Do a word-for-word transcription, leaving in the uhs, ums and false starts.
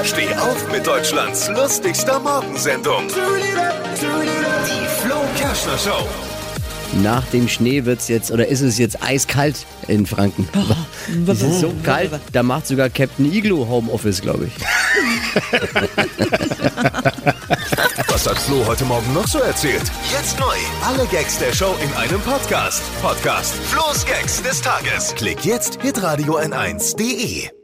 Steh auf mit Deutschlands lustigster Morgensendung. Die Flo Kerschner Show. Nach dem Schnee wird's jetzt, oder ist es jetzt eiskalt in Franken? Es ist so kalt, da macht sogar Captain Igloo Homeoffice, glaube ich. Was hat Flo heute Morgen noch so erzählt? Jetzt neu. Alle Gags der Show in einem Podcast. Podcast Flo's Gags des Tages. Klick jetzt hitradio n eins punkt de.